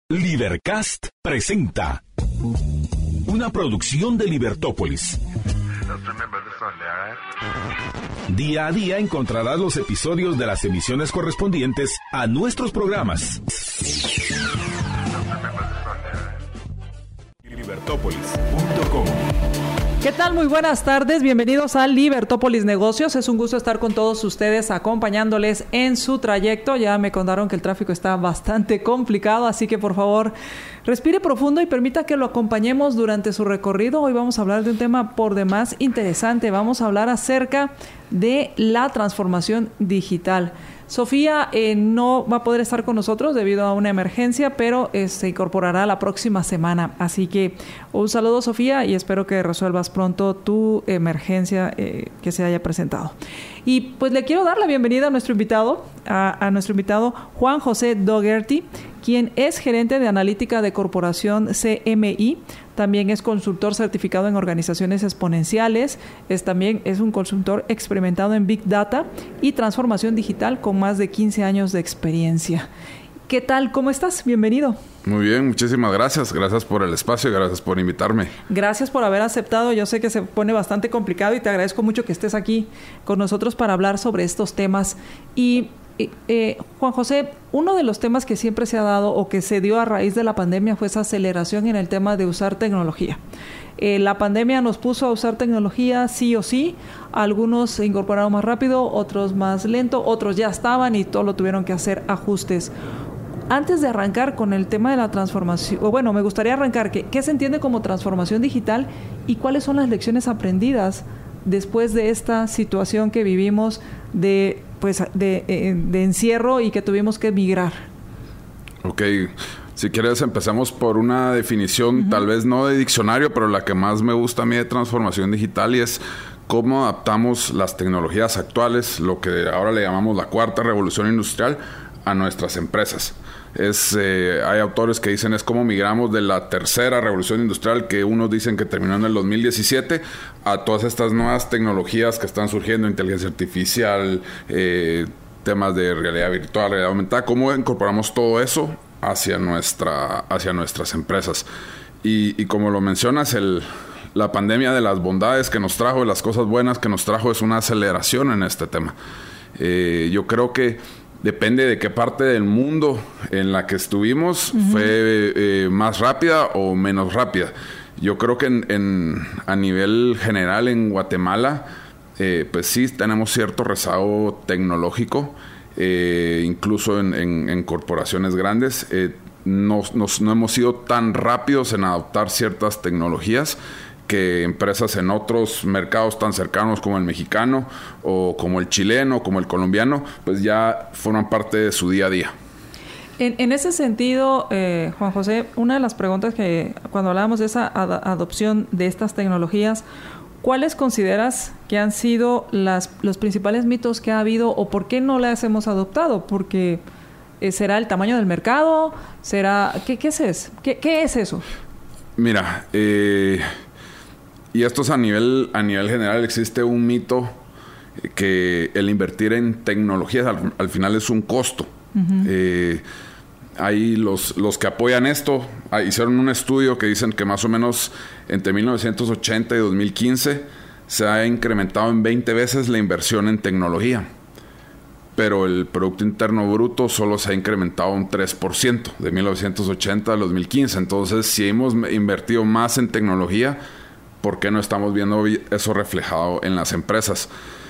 Libercast presenta una producción de Libertópolis. Día a día encontrarás los episodios de las emisiones correspondientes a nuestros programas. Libertópolis.com. ¿Qué tal? Muy buenas tardes, bienvenidos a Libertópolis Negocios. Es un gusto estar con todos ustedes acompañándoles en su trayecto. Ya me contaron que el tráfico está bastante complicado, así que por favor respire profundo y permita que lo acompañemos durante su recorrido. Hoy vamos a hablar de un tema por demás interesante. Vamos a hablar acerca de la transformación digital. Sofía no va a poder estar con nosotros debido a una emergencia, pero se incorporará la próxima semana. Así que un saludo, Sofía, y espero que resuelvas pronto tu emergencia que se haya presentado. Y pues le quiero dar la bienvenida a nuestro invitado, a nuestro invitado Juan José Dougherty, quien es gerente de analítica de Corporación CMI. También es consultor certificado en organizaciones exponenciales. También es un consultor experimentado en Big Data y transformación digital con más de 15 años de experiencia. ¿Qué tal? ¿Cómo estás? Bienvenido. Muy bien, muchísimas gracias. Gracias por el espacio y gracias por invitarme. Gracias por haber aceptado. Yo sé que se pone bastante complicado y te agradezco mucho que estés aquí con nosotros para hablar sobre estos temas. Y Juan José, uno de los temas que siempre se ha dado o que se dio a raíz de la pandemia fue esa aceleración en el tema de usar tecnología. La pandemia nos puso a usar tecnología sí o sí. Algunos se incorporaron más rápido, otros más lento, otros ya estaban y todo lo tuvieron que hacer ajustes. Antes de arrancar con el tema de la transformación, me gustaría arrancar, ¿qué se entiende como transformación digital y cuáles son las lecciones aprendidas después de esta situación que vivimos de encierro y que tuvimos que migrar? Ok, si quieres empezamos por una definición, tal vez no de diccionario, pero la que más me gusta a mí de transformación digital, y es cómo adaptamos las tecnologías actuales, lo que ahora le llamamos la cuarta revolución industrial, a nuestras empresas. Hay autores que dicen es como migramos de la tercera revolución industrial, que unos dicen que terminó en el 2017, a todas estas nuevas tecnologías que están surgiendo, inteligencia artificial, temas de realidad virtual, realidad aumentada. ¿Cómo incorporamos todo eso hacia nuestras empresas? Y como lo mencionas, la pandemia, de las bondades que nos trajo, de las cosas buenas que nos trajo, es una aceleración en este tema. Yo creo que depende de qué parte del mundo en la que estuvimos, fue más rápida o menos rápida. Yo creo que a nivel general en Guatemala, pues sí tenemos cierto rezago tecnológico, incluso en corporaciones grandes. No hemos sido tan rápidos en adoptar ciertas tecnologías que empresas en otros mercados tan cercanos como el mexicano o como el chileno, como el colombiano, pues ya forman parte de su día a día. En ese sentido, Juan José, una de las preguntas que cuando hablábamos de esa adopción de estas tecnologías, ¿cuáles consideras que han sido los principales mitos que ha habido o por qué no las hemos adoptado? Porque ¿será el tamaño del mercado? ¿Será qué es eso? ¿Qué es eso? Mira, y esto es a nivel general. Existe un mito que el invertir en tecnologías al final es un costo. Hay los que apoyan esto, hicieron un estudio que dicen que más o menos entre 1980 y 2015 se ha incrementado en 20 veces la inversión en tecnología. Pero el Producto Interno Bruto solo se ha incrementado un 3% de 1980 a 2015. Entonces, si hemos invertido más en tecnología, ¿por qué no estamos viendo eso reflejado en las empresas?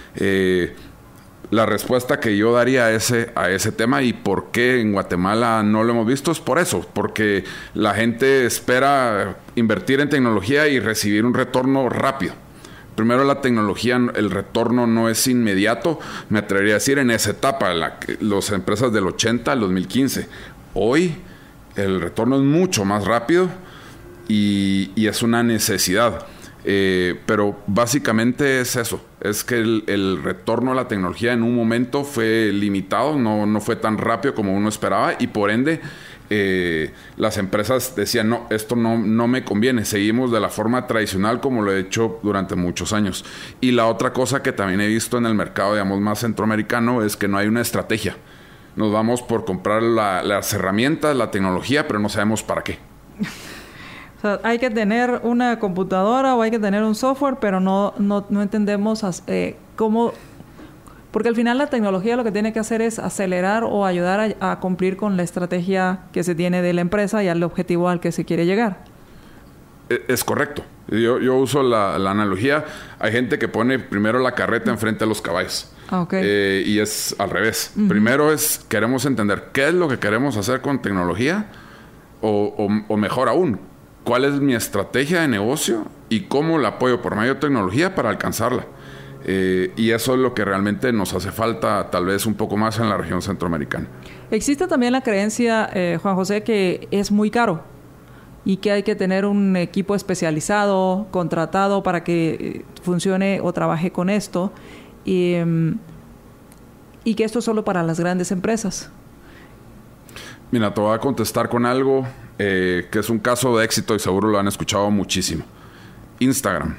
La respuesta que yo daría a ese tema y por qué en Guatemala no lo hemos visto es por eso, porque la gente espera invertir en tecnología y recibir un retorno rápido. Primero, la tecnología, el retorno no es inmediato, me atrevería a decir, en esa etapa, las empresas del 80 al 2015. Hoy, el retorno es mucho más rápido y es una necesidad. Pero básicamente es eso, es que el retorno a la tecnología en un momento fue limitado, no fue tan rápido como uno esperaba, y por ende las empresas decían, no, esto no me conviene, seguimos de la forma tradicional como lo he hecho durante muchos años. Y la otra cosa que también he visto en el mercado, digamos, más centroamericano, es que no hay una estrategia. nos vamos por comprar las herramientas, la tecnología, pero no sabemos para qué. O sea, hay que tener una computadora o hay que tener un software, pero no entendemos cómo... Porque al final la tecnología lo que tiene que hacer es acelerar o ayudar a cumplir con la estrategia que se tiene de la empresa y al objetivo al que se quiere llegar. Es correcto. Yo uso la analogía. Hay gente que pone primero la carreta enfrente a los caballos. Okay. Y es al revés. Primero queremos entender qué es lo que queremos hacer con tecnología o mejor aún, cuál es mi estrategia de negocio y cómo la apoyo por medio de tecnología para alcanzarla. Y eso es lo que realmente nos hace falta tal vez un poco más en la región centroamericana. Existe también la creencia, Juan José, que es muy caro y que hay que tener un equipo especializado, contratado para que funcione o trabaje con esto y que esto es solo para las grandes empresas. Mira, te voy a contestar con algo que es un caso de éxito y seguro lo han escuchado muchísimo. Instagram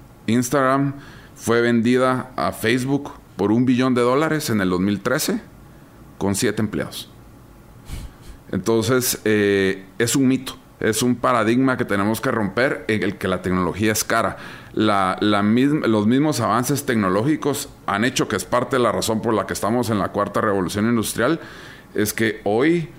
fue vendida a Facebook por $1 billón en el 2013 con 7 empleados. Entonces, es un mito. Es un paradigma que tenemos que romper en el que la tecnología es cara. Los mismos avances tecnológicos han hecho que es parte de la razón por la que estamos en la 4ª revolución industrial. Es que hoy,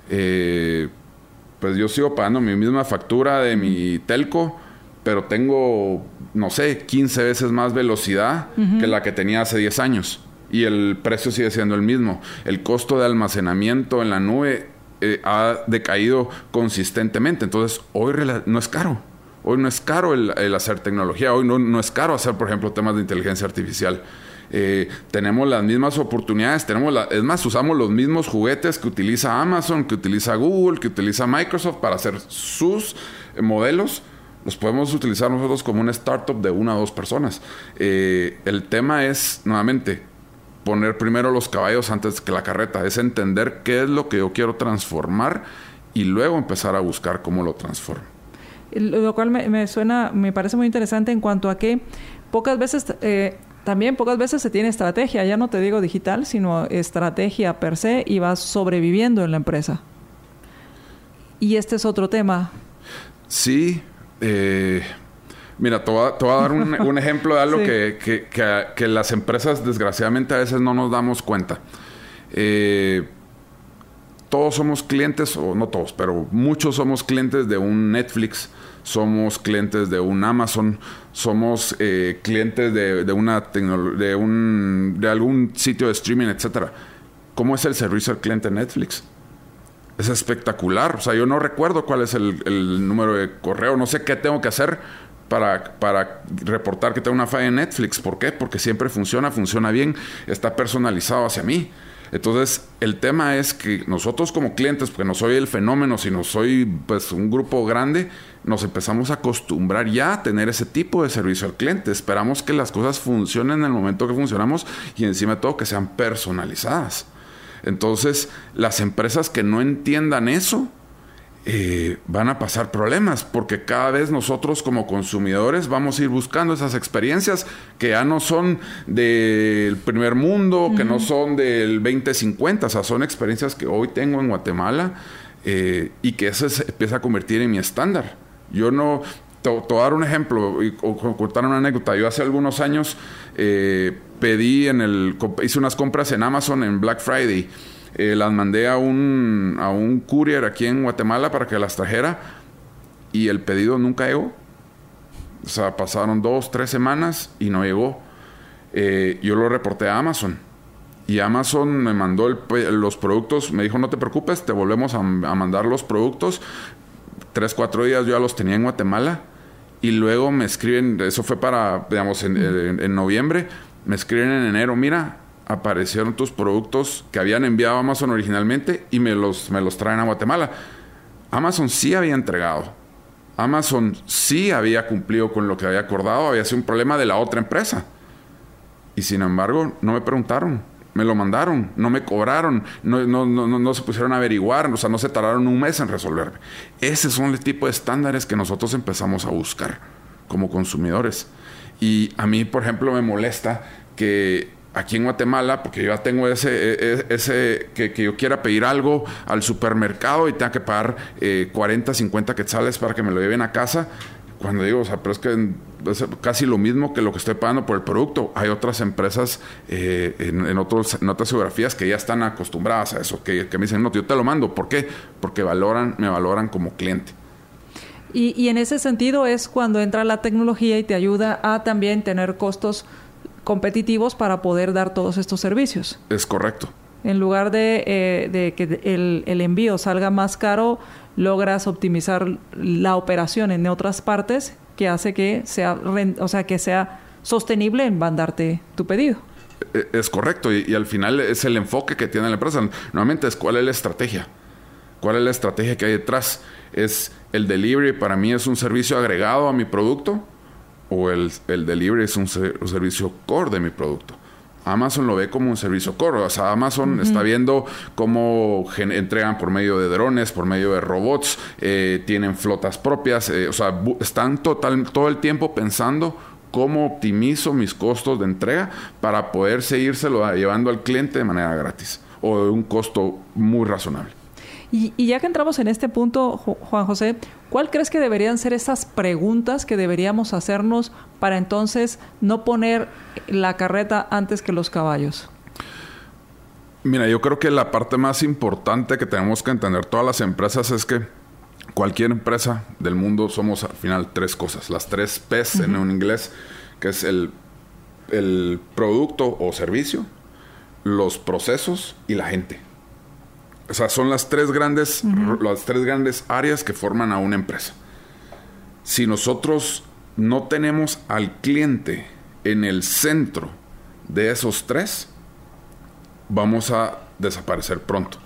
pues yo sigo pagando mi misma factura de mi telco, pero tengo, no sé, 15 veces más velocidad que la que tenía hace 10 años. Y el precio sigue siendo el mismo. El costo de almacenamiento en la nube ha decaído consistentemente. Entonces, hoy no es caro. Hoy no es caro el hacer tecnología. Hoy no es caro hacer, por ejemplo, temas de inteligencia artificial. Tenemos las mismas oportunidades. Es más, usamos los mismos juguetes que utiliza Amazon, que utiliza Google, que utiliza Microsoft para hacer sus modelos. Los podemos utilizar nosotros como una startup de 1 a 2 personas. El tema es, nuevamente, poner primero los caballos antes que la carreta. Es entender qué es lo que yo quiero transformar y luego empezar a buscar cómo lo transformo. Lo cual me parece muy interesante en cuanto a que pocas veces se tiene estrategia. Ya no te digo digital, sino estrategia per se, y vas sobreviviendo en la empresa. Y este es otro tema. Sí. Mira, te voy a dar un ejemplo de algo sí. que las empresas desgraciadamente a veces no nos damos cuenta. Todos somos clientes, o no todos, pero muchos somos clientes de un Netflix, somos clientes de un Amazon, somos clientes de algún sitio de streaming, etcétera. ¿Cómo es el servicio al cliente Netflix? Es espectacular. O sea, yo no recuerdo cuál es el número de correo. No sé qué tengo que hacer para reportar que tengo una falla en Netflix. ¿Por qué? Porque siempre funciona bien, está personalizado hacia mí. Entonces, el tema es que nosotros como clientes, porque no soy el fenómeno, sino soy pues un grupo grande, nos empezamos a acostumbrar ya a tener ese tipo de servicio al cliente. Esperamos que las cosas funcionen en el momento que funcionamos y encima de todo que sean personalizadas. Entonces, las empresas que no entiendan eso van a pasar problemas, porque cada vez nosotros como consumidores vamos a ir buscando esas experiencias que ya no son del primer mundo, que no son del 2050, o sea, son experiencias que hoy tengo en Guatemala y que eso se empieza a convertir en mi estándar. Yo no... Te voy a dar un ejemplo o contar una anécdota. Yo hace algunos años hice unas compras en Amazon en Black Friday. Las mandé a un courier aquí en Guatemala para que las trajera y el pedido nunca llegó. O sea, pasaron 2-3 semanas y no llegó. Yo lo reporté a Amazon y Amazon me mandó los productos. Me dijo, no te preocupes, te volvemos a mandar los productos. 3-4 días yo ya los tenía en Guatemala y luego me escriben, eso fue para, digamos, en noviembre, me escriben en enero, mira, aparecieron tus productos que habían enviado a Amazon originalmente y me los traen a Guatemala. Amazon sí había entregado. Amazon sí había cumplido con lo que había acordado. Había sido un problema de la otra empresa. Y sin embargo, no me preguntaron. Me lo mandaron. No me cobraron. No se pusieron a averiguar. O sea, no se tardaron un mes en resolverme. Ese son el tipo de estándares que nosotros empezamos a buscar como consumidores. Y a mí, por ejemplo, me molesta que aquí en Guatemala, porque yo ya tengo ese que yo quiera pedir algo al supermercado y tenga que pagar 40, 50 quetzales para que me lo lleven a casa. Cuando digo, o sea, pero es que es casi lo mismo que lo que estoy pagando por el producto. Hay otras empresas en otras geografías que ya están acostumbradas a eso, que me dicen, no, yo te lo mando. ¿Por qué? Porque me valoran como cliente. Y en ese sentido es cuando entra la tecnología y te ayuda a también tener costos competitivos para poder dar todos estos servicios. Es correcto. En lugar de que el envío salga más caro, logras optimizar la operación en otras partes que hace que sea sostenible en mandarte tu pedido. Es correcto. Y al final es el enfoque que tiene la empresa. Nuevamente es cuál es la estrategia. ¿Cuál es la estrategia que hay detrás? ¿Es el delivery para mí es un servicio agregado a mi producto? ¿O el delivery es un servicio core de mi producto? Amazon lo ve como un servicio core. O sea, Amazon está viendo cómo entregan por medio de drones, por medio de robots, tienen flotas propias. Están todo el tiempo pensando cómo optimizo mis costos de entrega para poder seguírselo llevando al cliente de manera gratis o de un costo muy razonable. Y ya que entramos en este punto, Juan José, ¿cuál crees que deberían ser esas preguntas que deberíamos hacernos para entonces no poner la carreta antes que los caballos? Mira, yo creo que la parte más importante que tenemos que entender todas las empresas es que cualquier empresa del mundo somos al final 3 cosas. Las 3 P's en un inglés, que es el producto o servicio, los procesos y la gente. O sea, son las 3 grandes áreas que forman a una empresa. Si nosotros no tenemos al cliente en el centro de esos 3, vamos a desaparecer pronto.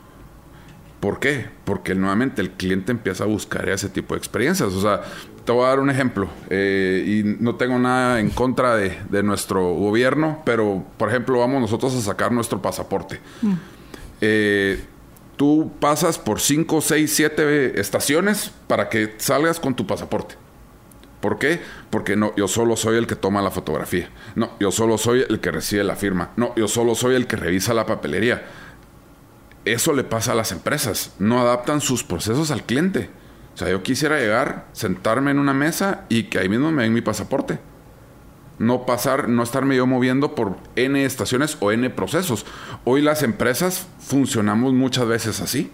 ¿Por qué? Porque nuevamente el cliente empieza a buscar ese tipo de experiencias. O sea, te voy a dar un ejemplo. Y no tengo nada en contra de nuestro gobierno, pero, por ejemplo, vamos nosotros a sacar nuestro pasaporte. Tú pasas por 5, 6, 7 estaciones para que salgas con tu pasaporte. ¿Por qué? Porque no, yo solo soy el que toma la fotografía. No, yo solo soy el que recibe la firma. No, yo solo soy el que revisa la papelería. Eso le pasa a las empresas. No adaptan sus procesos al cliente. O sea, yo quisiera llegar, sentarme en una mesa y que ahí mismo me den mi pasaporte. No estarme yo moviendo por N estaciones o N procesos. Hoy las empresas funcionamos muchas veces así.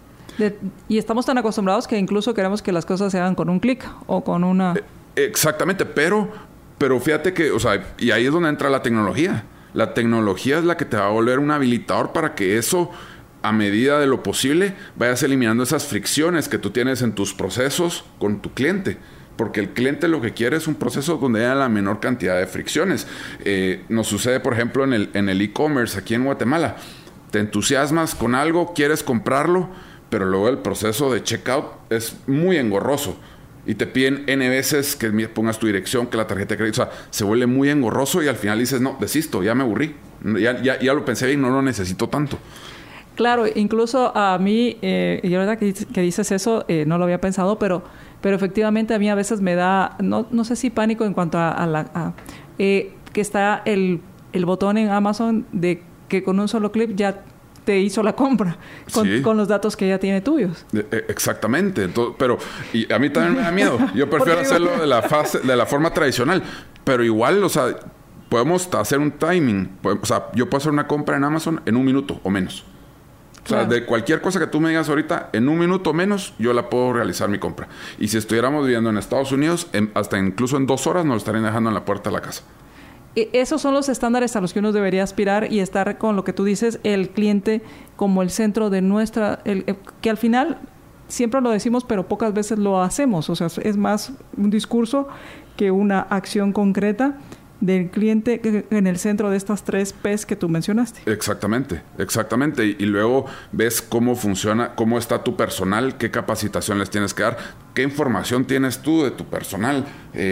Y estamos tan acostumbrados que incluso queremos que las cosas se hagan con un clic o con una... Exactamente, pero fíjate que, o sea, y ahí es donde entra la tecnología. La tecnología es la que te va a volver un habilitador para que eso, a medida de lo posible, vayas eliminando esas fricciones que tú tienes en tus procesos con tu cliente. Porque el cliente lo que quiere es un proceso donde haya la menor cantidad de fricciones. Nos sucede, por ejemplo, en el e-commerce aquí en Guatemala. Te entusiasmas con algo, quieres comprarlo, pero luego el proceso de checkout es muy engorroso. Y te piden N veces que pongas tu dirección, que la tarjeta de crédito. O sea, se vuelve muy engorroso y al final dices, no, desisto, ya me aburrí. Ya lo pensé bien, no lo necesito tanto. Claro, incluso a mí, y ahora que dices eso, no lo había pensado, pero efectivamente a mí a veces me da, no sé si pánico en cuanto a que está el botón en Amazon de que con un solo clic ya te hizo la compra con los datos que ya tiene tuyos. Exactamente. Entonces, y a mí también me da miedo. Yo prefiero hacerlo de la forma tradicional. Pero igual, o sea, podemos hacer un timing. O sea, yo puedo hacer una compra en Amazon en 1 minuto o menos. O sea, de cualquier cosa que tú me digas ahorita, en 1 minuto o menos, yo la puedo realizar mi compra. Y si estuviéramos viviendo en Estados Unidos, hasta incluso en 2 horas nos lo estarían dejando en la puerta de la casa. Esos son los estándares a los que uno debería aspirar y estar con lo que tú dices, el cliente como el centro de que al final siempre lo decimos, pero pocas veces lo hacemos. O sea, es más un discurso que una acción concreta del cliente en el centro de estas 3 P's que tú mencionaste. Exactamente. Y luego ves cómo funciona, cómo está tu personal, qué capacitación les tienes que dar, qué información tienes tú de tu personal.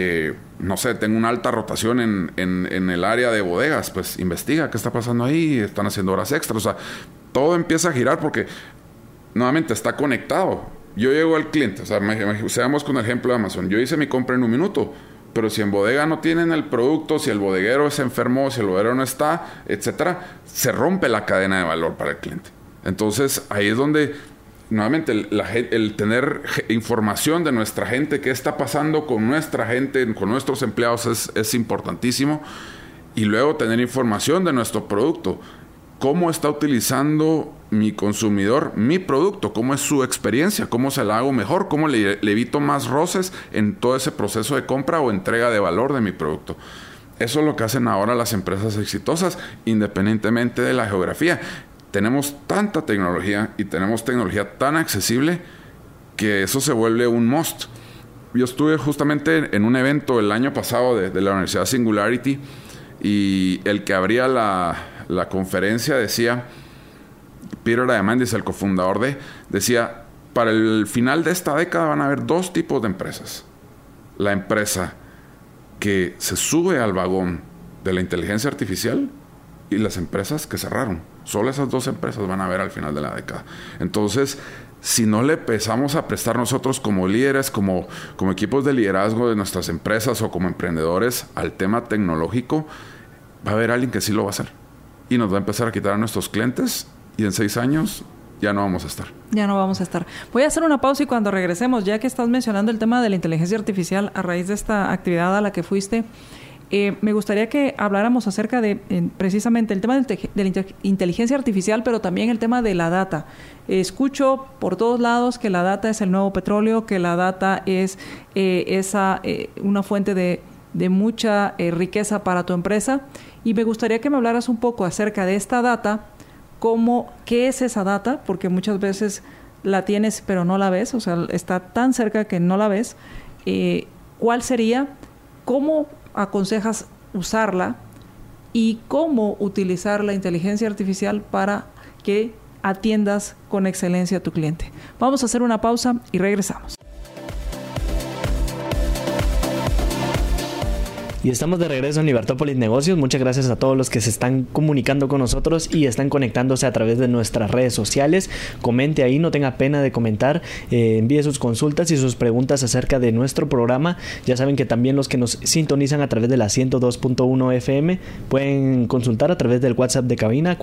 No sé, tengo una alta rotación en el área de bodegas, pues investiga qué está pasando ahí, están haciendo horas extras. O sea, todo empieza a girar porque nuevamente está conectado. Yo llego al cliente, o sea, seamos con el ejemplo de Amazon. Yo hice mi compra en 1 minuto. Pero si en bodega no tienen el producto, si el bodeguero es enfermo, si el bodeguero no está, etcétera, se rompe la cadena de valor para el cliente. Entonces, ahí es donde, nuevamente, el tener información de nuestra gente, qué está pasando con nuestra gente, con nuestros empleados, es importantísimo. Y luego tener información de nuestro producto. Cómo está utilizando mi consumidor mi producto, cómo es su experiencia, cómo se la hago mejor, cómo le evito más roces en todo ese proceso de compra o entrega de valor de mi producto. Eso es lo que hacen ahora las empresas exitosas, independientemente de la geografía. Tenemos tanta tecnología y tenemos tecnología tan accesible que eso se vuelve un must. Yo estuve justamente en un evento el año pasado de la Universidad Singularity y el que abría la conferencia decía, Peter Diamandis, el cofundador decía, para el final de esta década van a haber 2 tipos de empresas. La empresa que se sube al vagón de la inteligencia artificial y las empresas que cerraron. Solo esas 2 empresas van a haber al final de la década. Entonces, si no le empezamos a prestar nosotros como líderes, como equipos de liderazgo de nuestras empresas o como emprendedores al tema tecnológico, va a haber alguien que sí lo va a hacer. Y nos va a empezar a quitar a nuestros clientes y en 6 años ya no vamos a estar. Ya no vamos a estar. Voy a hacer una pausa y cuando regresemos, ya que estás mencionando el tema de la inteligencia artificial a raíz de esta actividad a la que fuiste, me gustaría que habláramos acerca de precisamente el tema de la inteligencia artificial, pero también el tema de la data. Escucho por todos lados que la data es el nuevo petróleo, que la data es una fuente de mucha riqueza para tu empresa. Y me gustaría que me hablaras un poco acerca de esta data, qué es esa data, porque muchas veces la tienes pero no la ves, o sea, está tan cerca que no la ves. ¿Cuál sería? ¿Cómo aconsejas usarla? ¿Y cómo utilizar la inteligencia artificial para que atiendas con excelencia a tu cliente? Vamos a hacer una pausa y regresamos. Y estamos de regreso en Libertópolis Negocios. Muchas gracias a todos los que se están comunicando con nosotros y están conectándose a través de nuestras redes sociales. Comente ahí, no tenga pena de comentar. Envíe sus consultas y sus preguntas acerca de nuestro programa. Ya saben que también los que nos sintonizan a través de la 102.1 FM pueden consultar a través del WhatsApp de cabina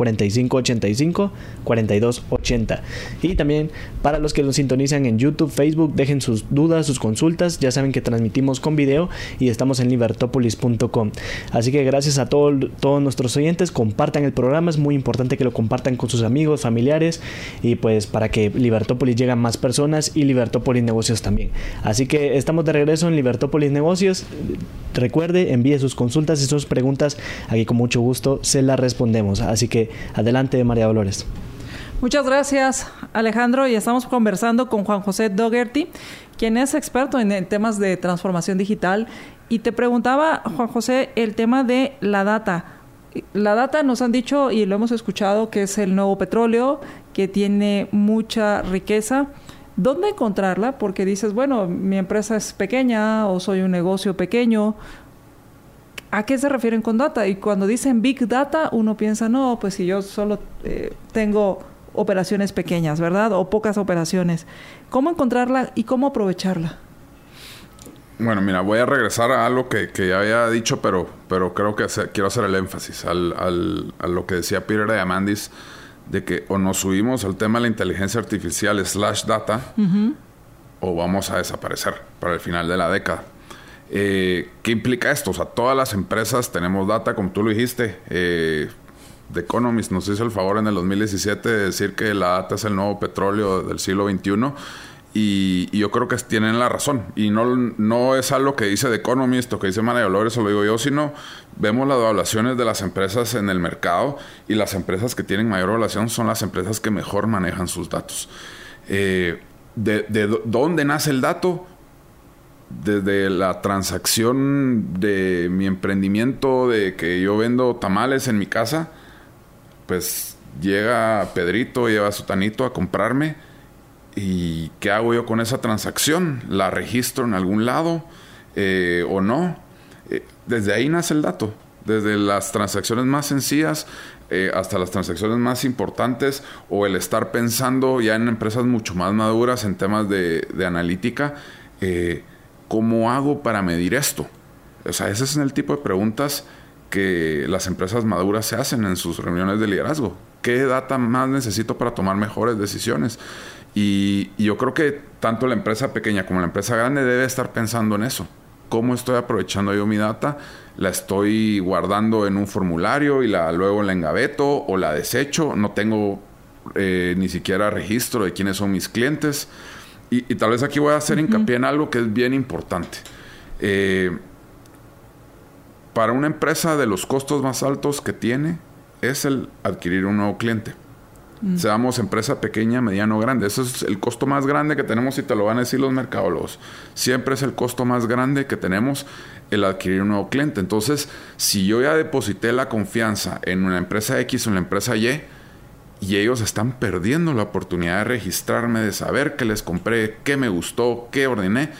4585-4280. Y también para los que nos sintonizan en YouTube, Facebook, dejen sus dudas, sus consultas. Ya saben que transmitimos con video y estamos en Libertópolis. Así que gracias a todos nuestros oyentes, compartan el programa, es muy importante que lo compartan con sus amigos, familiares y pues para que Libertópolis llegue a más personas y Libertópolis Negocios también. Así que estamos de regreso en Libertópolis Negocios. Recuerde, envíe sus consultas y sus preguntas, aquí con mucho gusto se las respondemos. Así que adelante, María Dolores. Muchas gracias, Alejandro, y estamos conversando con Juan José Dougherty, quien es experto en temas de transformación digital. Y te preguntaba, Juan José, el tema de la data. La data nos han dicho, y lo hemos escuchado, que es el nuevo petróleo, que tiene mucha riqueza. ¿Dónde encontrarla? Porque dices, bueno, mi empresa es pequeña o soy un negocio pequeño. ¿A qué se refieren con data? Y cuando dicen Big Data, uno piensa, no, pues si yo solo tengo operaciones pequeñas, ¿verdad? O pocas operaciones. ¿Cómo encontrarla y cómo aprovecharla? Bueno, mira, voy a regresar a algo que ya había dicho, pero creo que quiero hacer el énfasis a lo que decía Peter Diamandis, de que o nos subimos al tema de la inteligencia artificial /data, o vamos a desaparecer para el final de la década. ¿Qué implica esto? O sea, todas las empresas tenemos data, como tú lo dijiste. The Economist nos hizo el favor en el 2017 de decir que la data es el nuevo petróleo del siglo XXI. Y yo creo que tienen la razón. Y no es algo que dice The Economist o que dice María Dolores, o lo digo yo, sino vemos las evaluaciones de las empresas en el mercado y las empresas que tienen mayor evaluación son las empresas que mejor manejan sus datos. ¿De dónde nace el dato? Desde la transacción de mi emprendimiento, de que yo vendo tamales en mi casa, pues llega Pedrito, lleva a Sutanito a comprarme. ¿Y qué hago yo con esa transacción? ¿La registro en algún lado o no? Desde ahí nace el dato. Desde las transacciones más sencillas hasta las transacciones más importantes, o el estar pensando ya en empresas mucho más maduras en temas de analítica. ¿Cómo hago para medir esto? O sea, ese es el tipo de preguntas que las empresas maduras se hacen en sus reuniones de liderazgo. ¿Qué data más necesito para tomar mejores decisiones? Y yo creo que tanto la empresa pequeña como la empresa grande debe estar pensando en eso. ¿Cómo estoy aprovechando yo mi data? ¿La estoy guardando en un formulario y luego la engaveto o la desecho? No tengo ni siquiera registro de quiénes son mis clientes. Y tal vez aquí voy a hacer hincapié en algo que es bien importante. Para una empresa, de los costos más altos que tiene es el adquirir un nuevo cliente. Seamos empresa pequeña, mediano o grande. Ese es el costo más grande que tenemos y te lo van a decir los mercadólogos. Siempre es el costo más grande que tenemos el adquirir un nuevo cliente. Entonces, si yo ya deposité la confianza en una empresa X o en la empresa Y ellos están perdiendo la oportunidad de registrarme, de saber qué les compré, qué me gustó, qué ordené,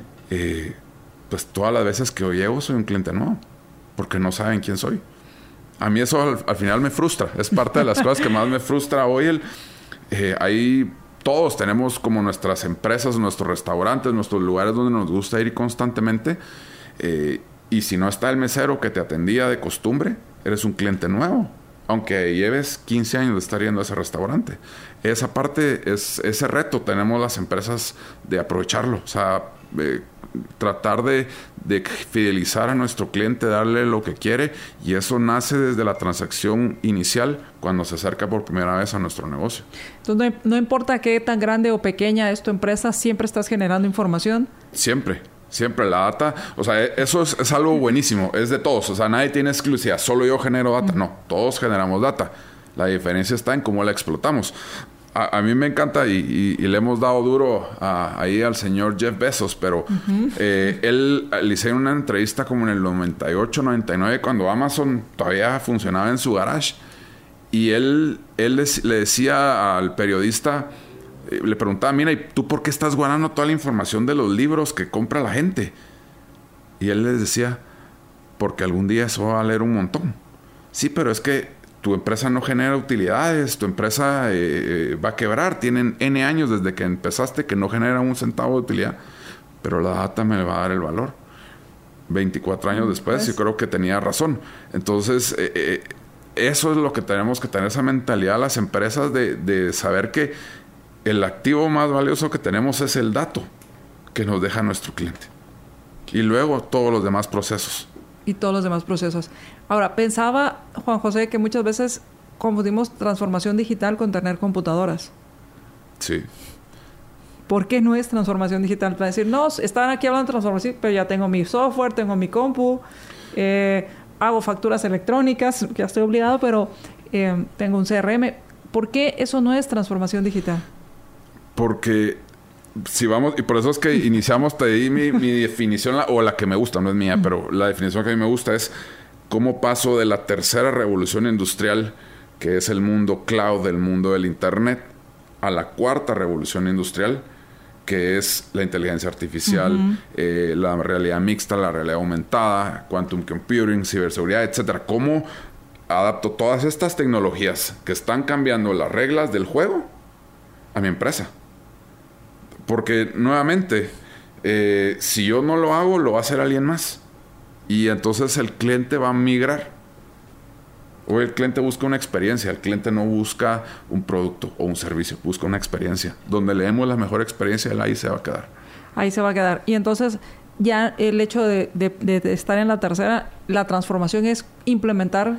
pues todas las veces que yo llego soy un cliente nuevo, porque no saben quién soy. A mí eso al final me frustra. Es parte de las cosas que más me frustra hoy. Ahí todos tenemos como nuestras empresas, nuestros restaurantes, nuestros lugares donde nos gusta ir constantemente. Y si no está el mesero que te atendía de costumbre, eres un cliente nuevo. Aunque lleves 15 años de estar yendo a ese restaurante. Esa parte, ese reto tenemos las empresas de aprovecharlo. O sea, tratar de fidelizar a nuestro cliente, darle lo que quiere, y eso nace desde la transacción inicial cuando se acerca por primera vez a nuestro negocio. Entonces, no importa qué tan grande o pequeña es tu empresa, siempre estás generando información. Siempre la data, o sea, eso es algo buenísimo, es de todos, o sea, nadie tiene exclusividad, solo yo genero data, no, todos generamos data. La diferencia está en cómo la explotamos. A mí me encanta y le hemos dado duro ahí al señor Jeff Bezos, pero él le hicieron una entrevista como en el 98, 99, cuando Amazon todavía funcionaba en su garage, y él le decía al periodista, le preguntaba, mira, ¿y tú por qué estás guardando toda la información de los libros que compra la gente? Y él les decía, porque algún día eso va a valer un montón. Sí, pero es que tu empresa no genera utilidades, tu empresa va a quebrar. Tienen N años desde que empezaste que no genera un centavo de utilidad, pero la data me va a dar el valor. 24 años después, yo creo que tenía razón. Entonces, eso es lo que tenemos que tener, esa mentalidad las empresas de saber que el activo más valioso que tenemos es el dato que nos deja nuestro cliente. Y luego todos los demás procesos. Ahora, pensaba, Juan José, que muchas veces confundimos transformación digital con tener computadoras. Sí. ¿Por qué no es transformación digital? Para decir, no, están aquí hablando de transformación, pero ya tengo mi software, tengo mi compu, hago facturas electrónicas, ya estoy obligado, pero tengo un CRM. ¿Por qué eso no es transformación digital? Porque si vamos, y por eso es que iniciamos, te di mi definición, o la que me gusta, no es mía, pero la definición que a mí me gusta es cómo paso de la tercera revolución industrial, que es el mundo cloud, el mundo del internet, a la cuarta revolución industrial, que es la inteligencia artificial, la realidad mixta, la realidad aumentada, quantum computing, ciberseguridad, etcétera. ¿Cómo adapto todas estas tecnologías que están cambiando las reglas del juego a mi empresa? Porque, nuevamente, si yo no lo hago, lo va a hacer alguien más. Y entonces el cliente va a migrar. Hoy el cliente busca una experiencia. El cliente no busca un producto o un servicio. Busca una experiencia. Donde le demos la mejor experiencia, él ahí se va a quedar. Ahí se va a quedar. Y entonces, ya el hecho de estar en la tercera, la transformación es implementar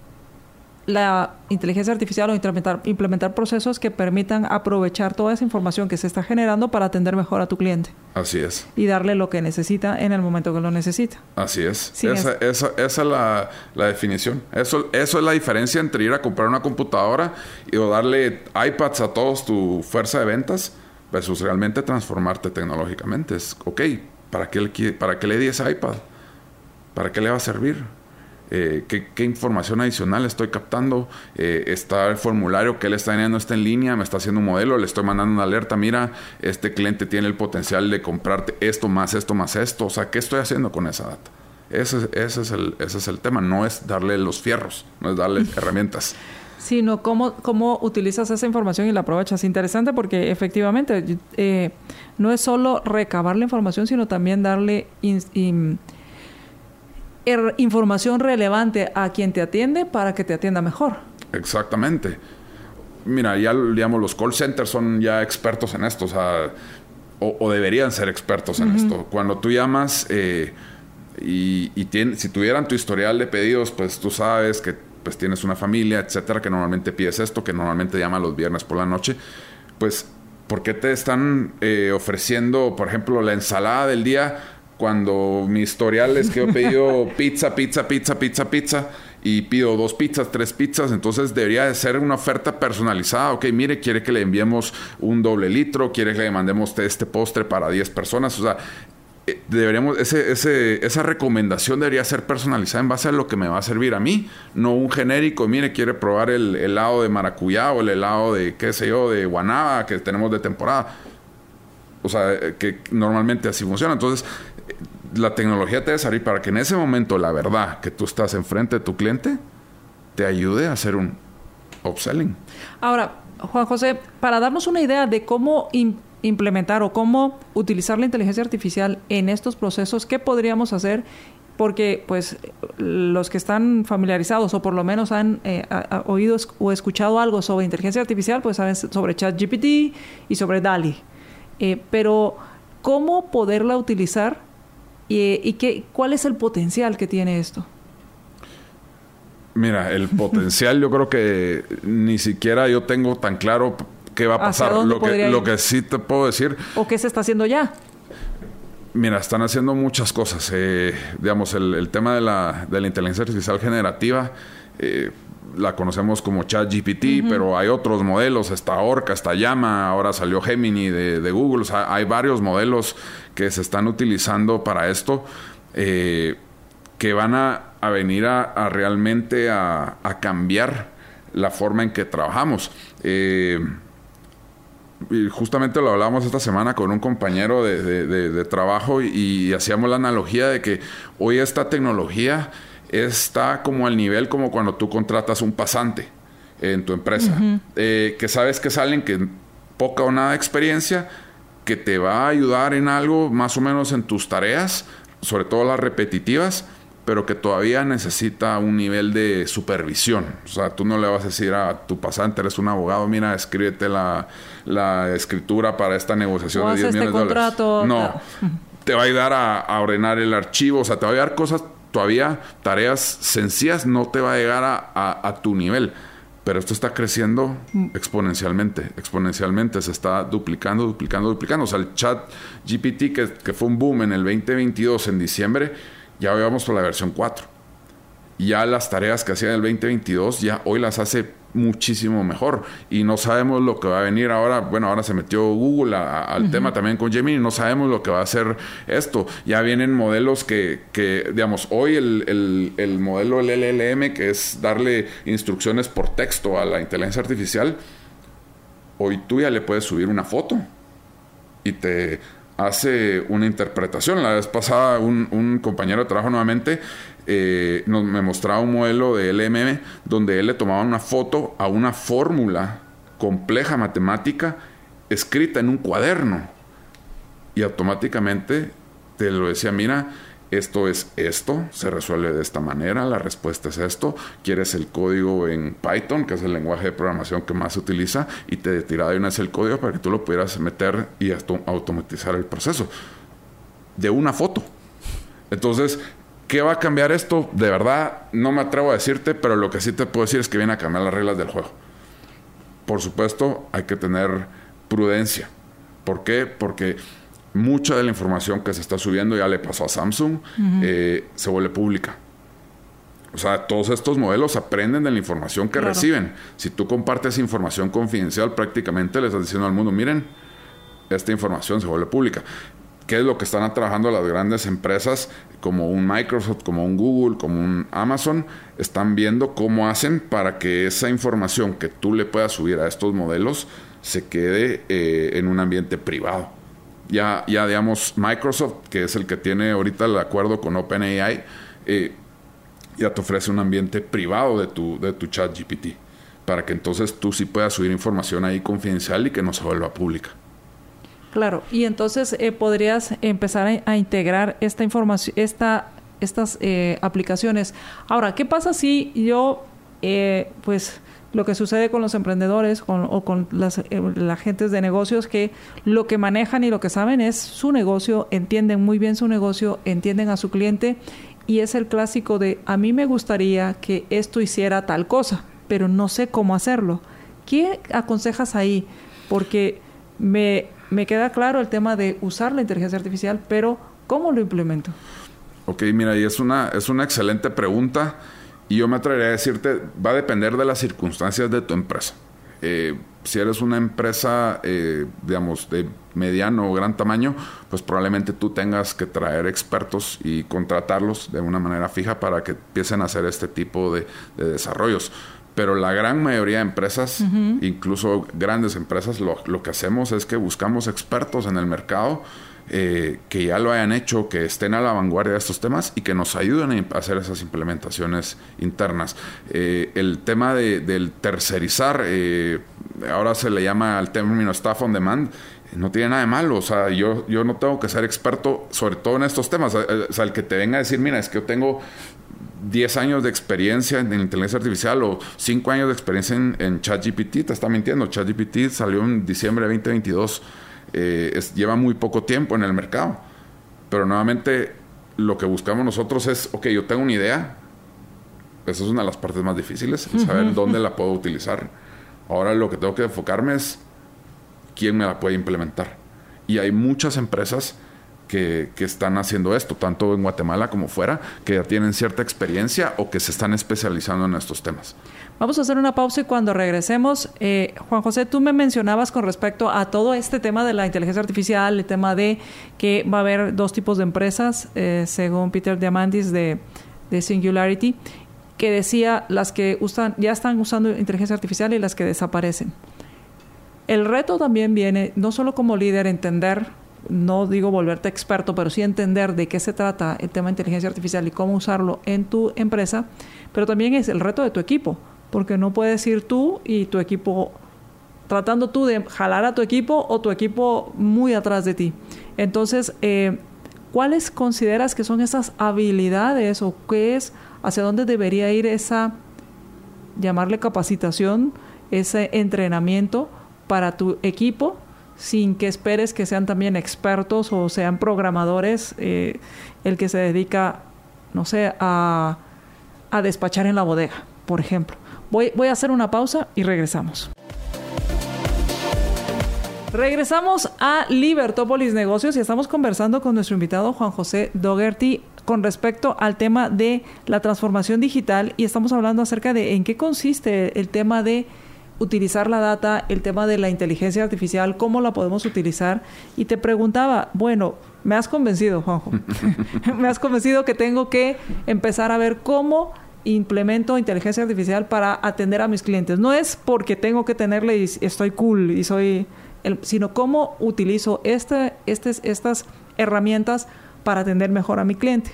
la inteligencia artificial o implementar procesos que permitan aprovechar toda esa información que se está generando para atender mejor a tu cliente. Así es. Y darle lo que necesita en el momento que lo necesita. Así es. Sí, esa es la definición. Eso es la diferencia entre ir a comprar una computadora o darle iPads a todos tu fuerza de ventas versus realmente transformarte tecnológicamente. Es, ok, ¿para qué le di ese iPad? ¿Para qué le va a servir? ¿Qué información adicional estoy captando? Está el formulario que él está llenando, está en línea, me está haciendo un modelo, le estoy mandando una alerta, mira, este cliente tiene el potencial de comprarte esto más esto más esto. O sea, ¿qué estoy haciendo con esa data? Ese es el tema, no es darle los fierros, no es darle herramientas. Sino cómo utilizas esa información y la aprovechas. Interesante porque efectivamente no es solo recabar la información, sino también darle información relevante a quien te atiende para que te atienda mejor. Exactamente. Mira, ya digamos, los call centers son ya expertos en esto, o deberían ser expertos en esto. Cuando tú llamas si tuvieran tu historial de pedidos, pues tú sabes que pues tienes una familia, etcétera, que normalmente pides esto, que normalmente llama los viernes por la noche, pues ¿por qué te están ofreciendo, por ejemplo, la ensalada del día cuando mi historial es que yo he pedido pizza y pido 2 pizzas, 3 pizzas? Entonces debería de ser una oferta personalizada. Ok, mire, quiere que le enviemos un doble litro, quiere que le mandemos este postre para 10 personas. O sea, deberíamos, esa recomendación debería ser personalizada en base a lo que me va a servir a mí, no un genérico. Mire, quiere probar el helado de maracuyá o el helado de, qué sé yo, de guanábana que tenemos de temporada. O sea, que normalmente así funciona. Entonces, la tecnología te debe servir para que en ese momento la verdad que tú estás enfrente de tu cliente te ayude a hacer un upselling. Ahora, Juan José, para darnos una idea de cómo implementar o cómo utilizar la inteligencia artificial en estos procesos, ¿qué podríamos hacer? Porque pues los que están familiarizados o por lo menos han oído o escuchado algo sobre inteligencia artificial, pues saben sobre ChatGPT y sobre DALL-E. Pero ¿cómo poderla utilizar y cuál es el potencial que tiene esto? Mira, el potencial yo creo que ni siquiera yo tengo tan claro qué va a pasar. Lo que sí te puedo decir... ¿O qué se está haciendo ya? Mira, están haciendo muchas cosas. Digamos, el tema de la inteligencia artificial generativa... la conocemos como ChatGPT, pero hay otros modelos, está Orca, está Llama, ahora salió Gemini de Google. O sea, hay varios modelos que se están utilizando para esto, que van a venir a realmente a cambiar la forma en que trabajamos. Y justamente lo hablábamos esta semana con un compañero de trabajo y hacíamos la analogía de que hoy esta tecnología está como al nivel como cuando tú contratas un pasante en tu empresa, que sabes que salen que poca o nada de experiencia, que te va a ayudar en algo más o menos en tus tareas, sobre todo las repetitivas, pero que todavía necesita un nivel de supervisión. O sea, tú no le vas a decir a tu pasante, eres un abogado, mira, escríbete la escritura para esta negociación de 10 millones de dólares. No, te va a ayudar a ordenar el archivo, o sea, te va a ayudar cosas. Todavía tareas sencillas no te va a llegar a tu nivel. Pero esto está creciendo exponencialmente. Se está duplicando. O sea, el ChatGPT, que fue un boom en el 2022, en diciembre, ya vamos por la versión 4. Ya las tareas que hacía en el 2022, ya hoy las hace muchísimo mejor. Y no sabemos lo que va a venir ahora. Bueno, ahora se metió Google al tema también con Gemini. No sabemos lo que va a hacer esto. Ya vienen modelos que digamos, hoy el modelo, el LLM, que es darle instrucciones por texto a la inteligencia artificial, hoy tú ya le puedes subir una foto y te hace una interpretación. La vez pasada un compañero de trabajo nuevamente me mostraba un modelo de LMM donde él le tomaba una foto a una fórmula compleja matemática escrita en un cuaderno y automáticamente te lo decía, mira, esto es esto, se resuelve de esta manera, la respuesta es esto, quieres el código en Python, que es el lenguaje de programación que más se utiliza, y te tiraba de una vez el código para que tú lo pudieras meter y automatizar el proceso de una foto. Entonces, ¿qué va a cambiar esto? De verdad, no me atrevo a decirte, pero lo que sí te puedo decir es que viene a cambiar las reglas del juego. Por supuesto, hay que tener prudencia. ¿Por qué? Porque mucha de la información que se está subiendo, ya le pasó a Samsung, se vuelve pública. O sea, todos estos modelos aprenden de la información que reciben. Si tú compartes información confidencial, prácticamente le estás diciendo al mundo, miren, esta información se vuelve pública. ¿Qué es lo que están trabajando las grandes empresas como un Microsoft, como un Google, como un Amazon? Están viendo cómo hacen para que esa información que tú le puedas subir a estos modelos se quede en un ambiente privado. Ya digamos, Microsoft, que es el que tiene ahorita el acuerdo con OpenAI, ya te ofrece un ambiente privado de tu ChatGPT, para que entonces tú sí puedas subir información ahí confidencial y que no se vuelva pública. Claro, y entonces podrías empezar a integrar esta información, esta estas aplicaciones. Ahora, ¿qué pasa si yo, pues, lo que sucede con los emprendedores o con las agentes de negocios, que lo que manejan y lo que saben es su negocio, entienden muy bien su negocio, entienden a su cliente, y es el clásico de, a mí me gustaría que esto hiciera tal cosa, pero no sé cómo hacerlo. ¿Qué aconsejas ahí? Porque me queda claro el tema de usar la inteligencia artificial, pero ¿cómo lo implemento? Ok, mira, y es una excelente pregunta. Y yo me atrevería a decirte, va a depender de las circunstancias de tu empresa. Si eres una empresa, digamos, de mediano o gran tamaño, pues probablemente tú tengas que traer expertos y contratarlos de una manera fija para que empiecen a hacer este tipo de desarrollos. Pero la gran mayoría de empresas, incluso grandes empresas, lo que hacemos es que buscamos expertos en el mercado que ya lo hayan hecho, que estén a la vanguardia de estos temas y que nos ayuden a hacer esas implementaciones internas. El tema del tercerizar, ahora se le llama al término staff on demand, no tiene nada de malo. O sea, yo no tengo que ser experto, sobre todo en estos temas. O sea, el que te venga a decir, mira, es que yo tengo 10 años de experiencia en inteligencia artificial o 5 años de experiencia en ChatGPT, te está mintiendo. ChatGPT salió en diciembre de 2022. Lleva muy poco tiempo en el mercado, pero nuevamente lo que buscamos nosotros es, ok, yo tengo una idea, esa es una de las partes más difíciles, saber dónde la puedo utilizar. Ahora lo que tengo que enfocarme es quién me la puede implementar, y hay muchas empresas que están haciendo esto, tanto en Guatemala como fuera, que ya tienen cierta experiencia o que se están especializando en estos temas. Vamos a hacer una pausa y cuando regresemos, Juan José, tú me mencionabas con respecto a todo este tema de la inteligencia artificial, el tema de que va a haber dos tipos de empresas, según Peter Diamandis de Singularity, que decía las que ya están usando inteligencia artificial y las que desaparecen. El reto también viene, no solo como líder, entender, no digo volverte experto, pero sí entender de qué se trata el tema de inteligencia artificial y cómo usarlo en tu empresa, pero también es el reto de tu equipo, porque no puedes ir tú y tu equipo tratando tú de jalar a tu equipo o tu equipo muy atrás de ti. Entonces, ¿cuáles consideras que son esas habilidades o qué es, hacia dónde debería ir esa, llamarle capacitación, ese entrenamiento para tu equipo, sin que esperes que sean también expertos o sean programadores, el que se dedica, no sé, a despachar en la bodega, por ejemplo? Voy a hacer una pausa y regresamos. Regresamos a Libertópolis Negocios y estamos conversando con nuestro invitado Juan José Dougherty con respecto al tema de la transformación digital, y estamos hablando acerca de en qué consiste el tema de utilizar la data, el tema de la inteligencia artificial, cómo la podemos utilizar. Y te preguntaba, bueno, me has convencido, Juanjo. Me has convencido que tengo que empezar a ver cómo implemento inteligencia artificial para atender a mis clientes. No es porque tengo que tenerle y estoy cool y soy sino cómo utilizo estas herramientas para atender mejor a mi cliente.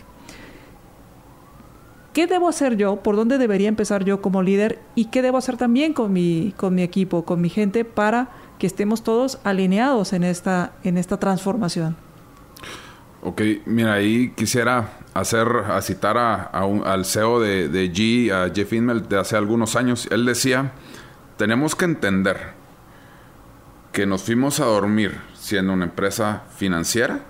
¿Qué debo hacer yo? ¿Por dónde debería empezar yo como líder? ¿Y qué debo hacer también con mi equipo, con mi gente, para que estemos todos alineados en esta transformación? Ok, mira, ahí quisiera citar al CEO de GE, a Jeff Immelt, de hace algunos años. Él decía, tenemos que entender que nos fuimos a dormir siendo una empresa financiera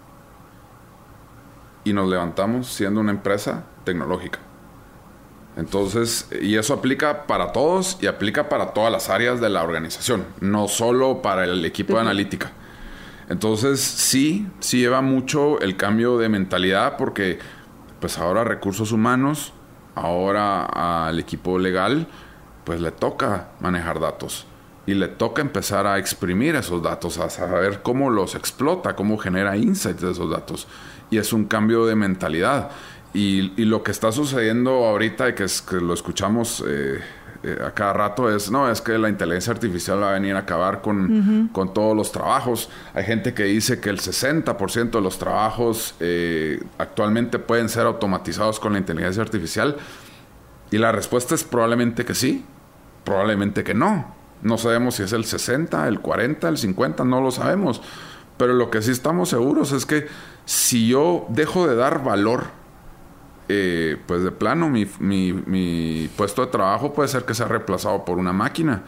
y nos levantamos siendo una empresa tecnológica. Entonces, y eso aplica para todos y aplica para todas las áreas de la organización, no solo para el equipo de analítica. Entonces, sí lleva mucho el cambio de mentalidad, porque pues ahora recursos humanos, ahora al equipo legal, pues le toca manejar datos y le toca empezar a exprimir esos datos, a saber cómo los explota, cómo genera insights de esos datos. Y es un cambio de mentalidad. Y lo que está sucediendo ahorita, que lo escuchamos a cada rato, es que la inteligencia artificial va a venir a acabar con todos los trabajos. Hay gente que dice que el 60% de los trabajos actualmente pueden ser automatizados con la inteligencia artificial. Y la respuesta es probablemente que sí, probablemente que no. No sabemos si es el 60, el 40, el 50, no lo sabemos. Pero lo que sí estamos seguros es que si yo dejo de dar valor pues de plano mi puesto de trabajo puede ser que sea reemplazado por una máquina.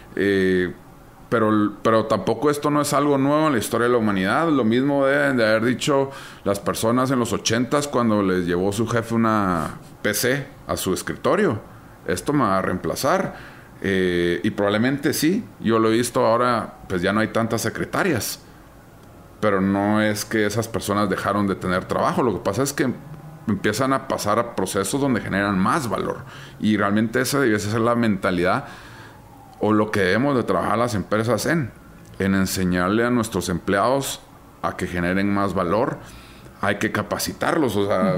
Pero tampoco esto no es algo nuevo en la historia de la humanidad. Lo mismo deben de haber dicho las personas en los 80s cuando les llevó su jefe una PC a su escritorio. Esto me va a reemplazar. Y probablemente sí. Yo lo he visto ahora, pues ya no hay tantas secretarias. Pero no es que esas personas dejaron de tener trabajo. Lo que pasa es que empiezan a pasar a procesos donde generan más valor. Y realmente esa debe ser la mentalidad o lo que debemos de trabajar las empresas en enseñarle a nuestros empleados a que generen más valor. Hay que capacitarlos. O sea,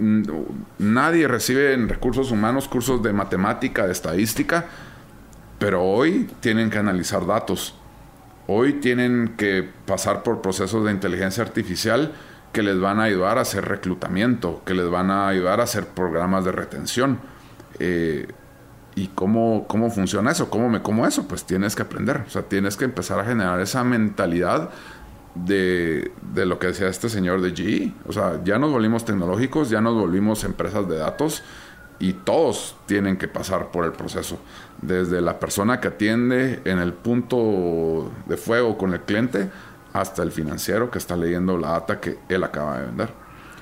nadie recibe en recursos humanos cursos de matemática, de estadística, pero hoy tienen que analizar datos. Hoy tienen que pasar por procesos de inteligencia artificial que les van a ayudar a hacer reclutamiento, que les van a ayudar a hacer programas de retención. ¿Y cómo funciona eso? ¿Cómo me como eso? Pues tienes que aprender. O sea, tienes que empezar a generar esa mentalidad de lo que decía este señor de GE. O sea, ya nos volvimos tecnológicos, ya nos volvimos empresas de datos y todos tienen que pasar por el proceso. Desde la persona que atiende en el punto de fuego con el cliente hasta el financiero que está leyendo la data que él acaba de vender.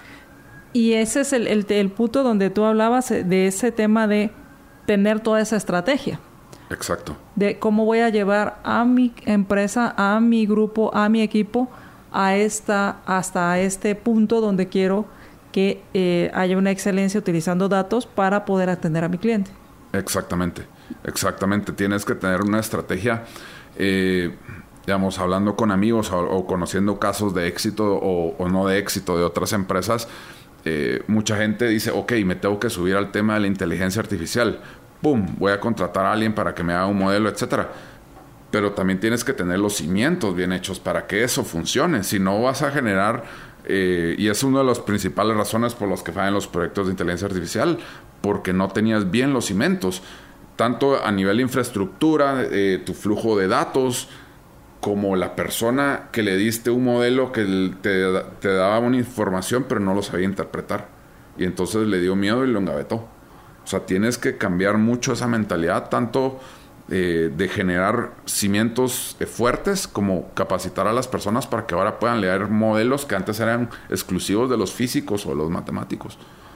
Y ese es el punto donde tú hablabas de ese tema de tener toda esa estrategia. Exacto. De cómo voy a llevar a mi empresa, a mi grupo, a mi equipo hasta este punto donde quiero que haya una excelencia utilizando datos para poder atender a mi cliente. Exactamente. Tienes que tener una estrategia, digamos, hablando con amigos o conociendo casos de éxito o no de éxito de otras empresas. Mucha gente dice, ok, me tengo que subir al tema de la inteligencia artificial. ¡Pum! Voy a contratar a alguien para que me haga un modelo, etcétera. Pero también tienes que tener los cimientos bien hechos para que eso funcione. Si no vas a generar, y es una de las principales razones por las que fallan los proyectos de inteligencia artificial, porque no tenías bien los cimientos. Tanto a nivel de infraestructura, tu flujo de datos, como la persona que le diste un modelo que te daba una información pero no lo sabía interpretar. Y entonces le dio miedo y lo engavetó. O sea, tienes que cambiar mucho esa mentalidad, tanto de generar cimientos fuertes como capacitar a las personas para que ahora puedan leer modelos que antes eran exclusivos de los físicos o de los matemáticos.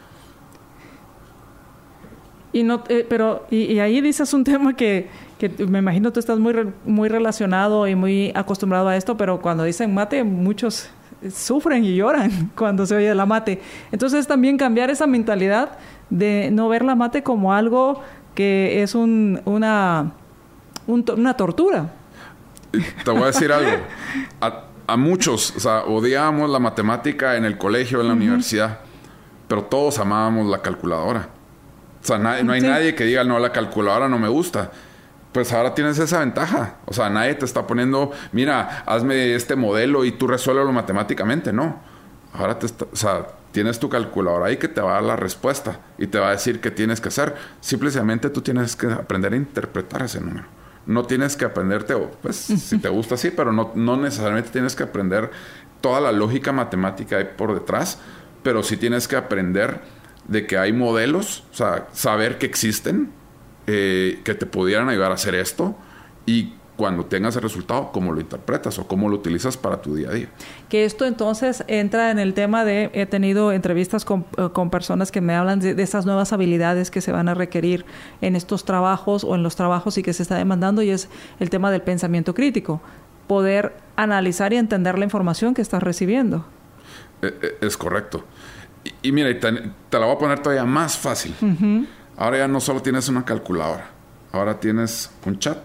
Y ahí dices un tema que me imagino tú estás muy relacionado y muy acostumbrado a esto, pero cuando dicen mate, muchos sufren y lloran cuando se oye la mate. Entonces también cambiar esa mentalidad de no ver la mate como algo que es una tortura. Te voy a decir algo. A muchos, o sea, odiábamos la matemática en el colegio, en la universidad, pero todos amábamos la calculadora. O sea, no hay nadie que diga, no, la calculadora no me gusta. Pues ahora tienes esa ventaja. O sea, nadie te está poniendo, mira, hazme este modelo y tú resuélvelo matemáticamente. No. Ahora tienes tu calculadora ahí que te va a dar la respuesta y te va a decir qué tienes que hacer. Simplemente tú tienes que aprender a interpretar ese número. No tienes que aprenderte, pues, si te gusta así, pero no necesariamente tienes que aprender toda la lógica matemática ahí por detrás, pero sí tienes que aprender de que hay modelos, o sea, saber que existen, que te pudieran ayudar a hacer esto, y cuando tengas el resultado, cómo lo interpretas o cómo lo utilizas para tu día a día. Que esto entonces entra en el tema de, he tenido entrevistas con personas que me hablan de esas nuevas habilidades que se van a requerir en estos trabajos o en los trabajos y que se está demandando, y es el tema del pensamiento crítico, poder analizar y entender la información que estás recibiendo. Es correcto. Y mira, te la voy a poner todavía más fácil. Ahora ya no solo tienes una calculadora, ahora tienes un chat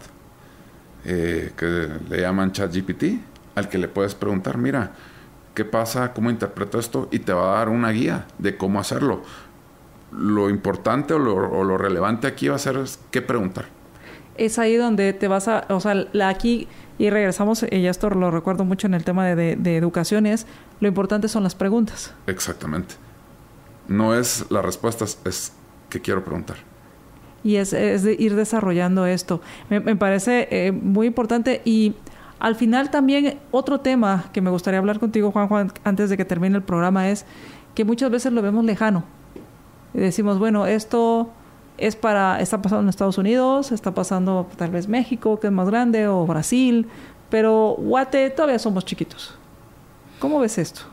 que le llaman ChatGPT, al que le puedes preguntar, mira, ¿qué pasa? ¿Cómo interpreto esto? Y te va a dar una guía de cómo hacerlo. Lo importante o lo relevante aquí va a ser qué preguntar. Es ahí donde te vas a... O sea, aquí... Y regresamos, y esto lo recuerdo mucho en el tema de educación, lo importante son las preguntas. Exactamente. No es las respuestas, es qué quiero preguntar. Y es de ir desarrollando esto. Me parece muy importante. Y al final también otro tema que me gustaría hablar contigo, Juan, antes de que termine el programa, es que muchas veces lo vemos lejano. Y decimos, bueno, esto está pasando en Estados Unidos, está pasando tal vez México, que es más grande, o Brasil, pero Guate todavía somos chiquitos. ¿Cómo ves esto?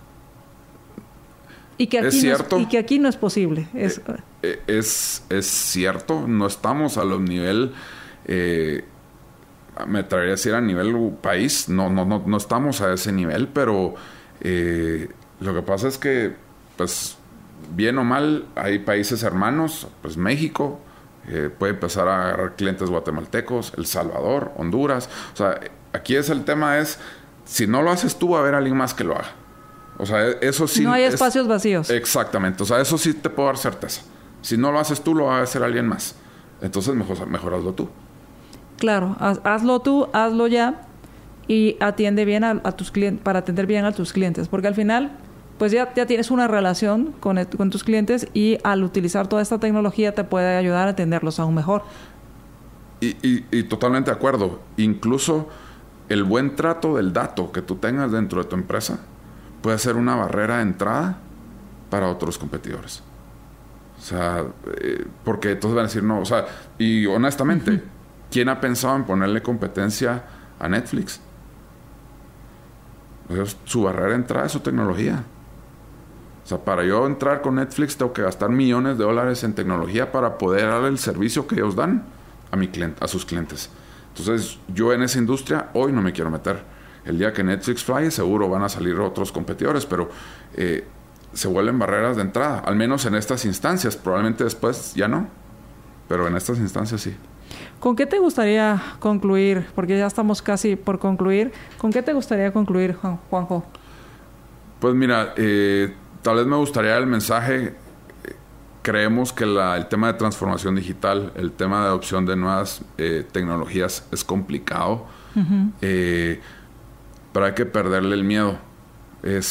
Y que aquí no es posible. Es cierto, no estamos a los nivel, me atrevería a decir a nivel país, no estamos a ese nivel, pero lo que pasa es que, pues, bien o mal, hay países hermanos, pues México puede empezar a agarrar clientes guatemaltecos, El Salvador, Honduras. O sea, aquí el tema es, si no lo haces tú, va a haber alguien más que lo haga. O sea, eso sí... No hay espacios vacíos. Exactamente. O sea, eso sí te puedo dar certeza. Si no lo haces tú, lo va a hacer alguien más. Entonces, mejor hazlo tú. Claro. Hazlo tú, hazlo ya. Y atiende bien a tus clientes, para atender bien a tus clientes. Porque al final, pues ya tienes una relación con tus clientes, y al utilizar toda esta tecnología te puede ayudar a atenderlos aún mejor. Y totalmente de acuerdo. Incluso el buen trato del dato que tú tengas dentro de tu empresa puede ser una barrera de entrada para otros competidores. O sea, porque entonces van a decir no. O sea, y honestamente, ¿quién ha pensado en ponerle competencia a Netflix? Pues su barrera de entrada es su tecnología. O sea, para yo entrar con Netflix tengo que gastar millones de dólares en tecnología para poder dar el servicio que ellos dan a sus clientes. Entonces, yo en esa industria hoy no me quiero meter. El día que Netflix falle, seguro van a salir otros competidores, pero se vuelven barreras de entrada, al menos en estas instancias. Probablemente después ya no, pero en estas instancias sí. ¿Con qué te gustaría concluir? Porque ya estamos casi por concluir. ¿Con qué te gustaría concluir, Juanjo? Pues mira, tal vez me gustaría el mensaje. Creemos que el tema de transformación digital, el tema de adopción de nuevas tecnologías es complicado. Pero hay que perderle el miedo. Es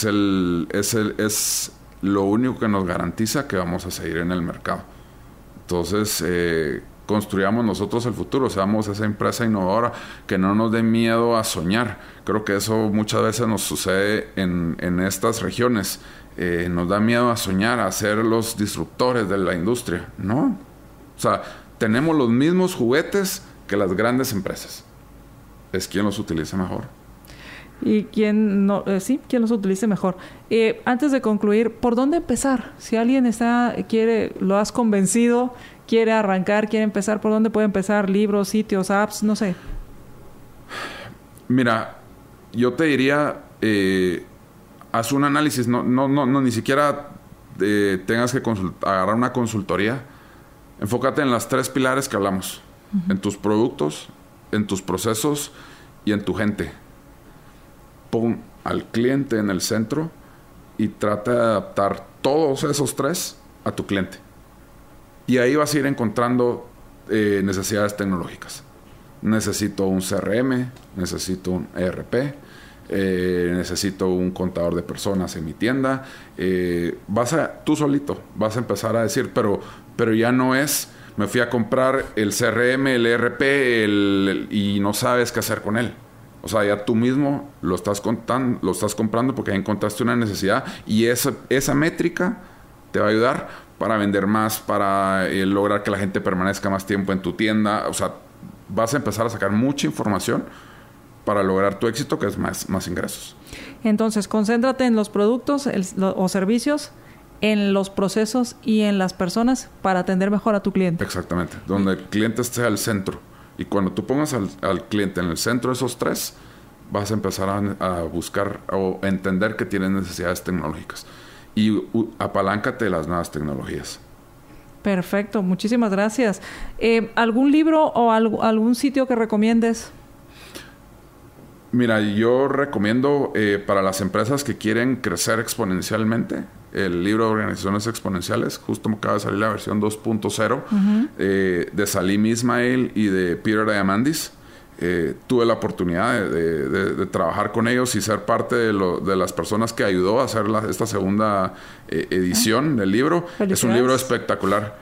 lo único que nos garantiza que vamos a seguir en el mercado. Entonces, construyamos nosotros el futuro, seamos esa empresa innovadora, que no nos dé miedo a soñar. Creo que eso muchas veces nos sucede en estas regiones. Nos da miedo a soñar, a ser los disruptores de la industria. No. O sea, tenemos los mismos juguetes que las grandes empresas. Es quien los utiliza mejor. Y quién los utilice mejor. Antes de concluir, ¿por dónde empezar? Si alguien lo has convencido, quiere arrancar, quiere empezar, ¿por dónde puede empezar? ¿Libros, sitios, apps? No sé. Mira, yo te diría, haz un análisis. No ni siquiera tengas que agarrar una consultoría. Enfócate en las 3 pilares que hablamos. En tus productos, en tus procesos y en tu gente. Pon al cliente en el centro y trata de adaptar todos esos 3 a tu cliente. Y ahí vas a ir encontrando necesidades tecnológicas. Necesito un CRM, necesito un ERP, necesito un contador de personas en mi tienda. Tú solito vas a empezar a decir, pero ya no es, me fui a comprar el CRM, el ERP, y no sabes qué hacer con él. O sea, ya tú mismo lo estás comprando porque ya encontraste una necesidad, y esa métrica te va a ayudar para vender más, para lograr que la gente permanezca más tiempo en tu tienda. O sea, vas a empezar a sacar mucha información para lograr tu éxito, que es más ingresos. Entonces, concéntrate en los productos o servicios, en los procesos y en las personas para atender mejor a tu cliente. Exactamente. Donde el cliente esté al centro. Y cuando tú pongas al cliente en el centro de esos 3, vas a empezar a buscar o a entender que tienes necesidades tecnológicas. Y apaláncate de las nuevas tecnologías. Perfecto. Muchísimas gracias. ¿Algún libro o algún sitio que recomiendes? Mira, yo recomiendo para las empresas que quieren crecer exponencialmente, el libro de Organizaciones Exponenciales. Justo me acaba de salir la versión 2.0 de Salim Ismail y de Peter Diamandis. Tuve la oportunidad de trabajar con ellos y ser parte de las personas que ayudó a hacer esta segunda edición del libro. Es un libro espectacular.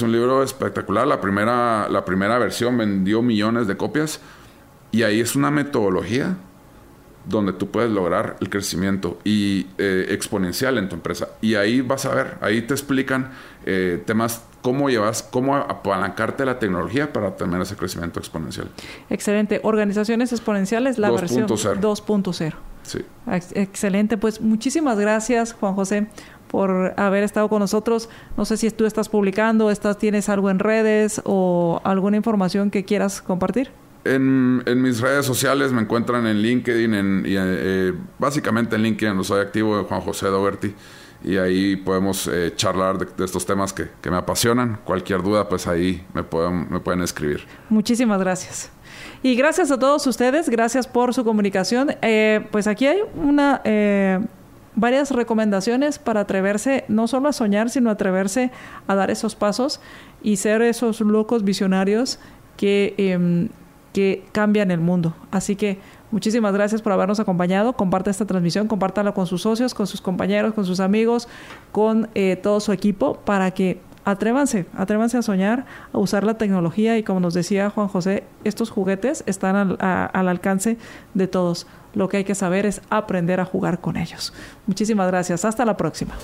La primera versión vendió millones de copias, y ahí es una metodología donde tú puedes lograr el crecimiento y exponencial en tu empresa. Y ahí vas a ver, ahí te explican temas, cómo apalancarte la tecnología para tener ese crecimiento exponencial. Excelente. Organizaciones exponenciales, la 2.0. versión 2.0. Sí. Excelente. Pues muchísimas gracias, Juan José, por haber estado con nosotros. No sé si tú estás publicando, tienes algo en redes o alguna información que quieras compartir. En mis redes sociales me encuentran en LinkedIn, básicamente en LinkedIn soy activo de Juan José Dougherty, y ahí podemos charlar de estos temas que me apasionan. Cualquier duda, pues ahí me pueden escribir. Muchísimas gracias. Y gracias a todos ustedes, gracias por su comunicación. Pues aquí hay varias recomendaciones para atreverse no solo a soñar, sino atreverse a dar esos pasos y ser esos locos visionarios que cambian el mundo. Así que muchísimas gracias por habernos acompañado. Comparte esta transmisión, compártala con sus socios, con sus compañeros, con sus amigos, con todo su equipo, para que atrévanse a soñar, a usar la tecnología. Y como nos decía Juan José, estos juguetes están al alcance de todos. Lo que hay que saber es aprender a jugar con ellos. Muchísimas gracias. Hasta la próxima.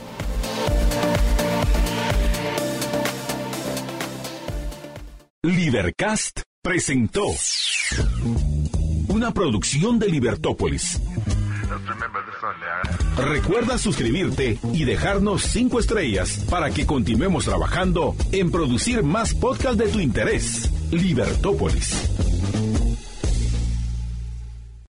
Libercast presentó una producción de Libertópolis. Recuerda suscribirte y dejarnos 5 estrellas para que continuemos trabajando en producir más podcasts de tu interés. Libertópolis.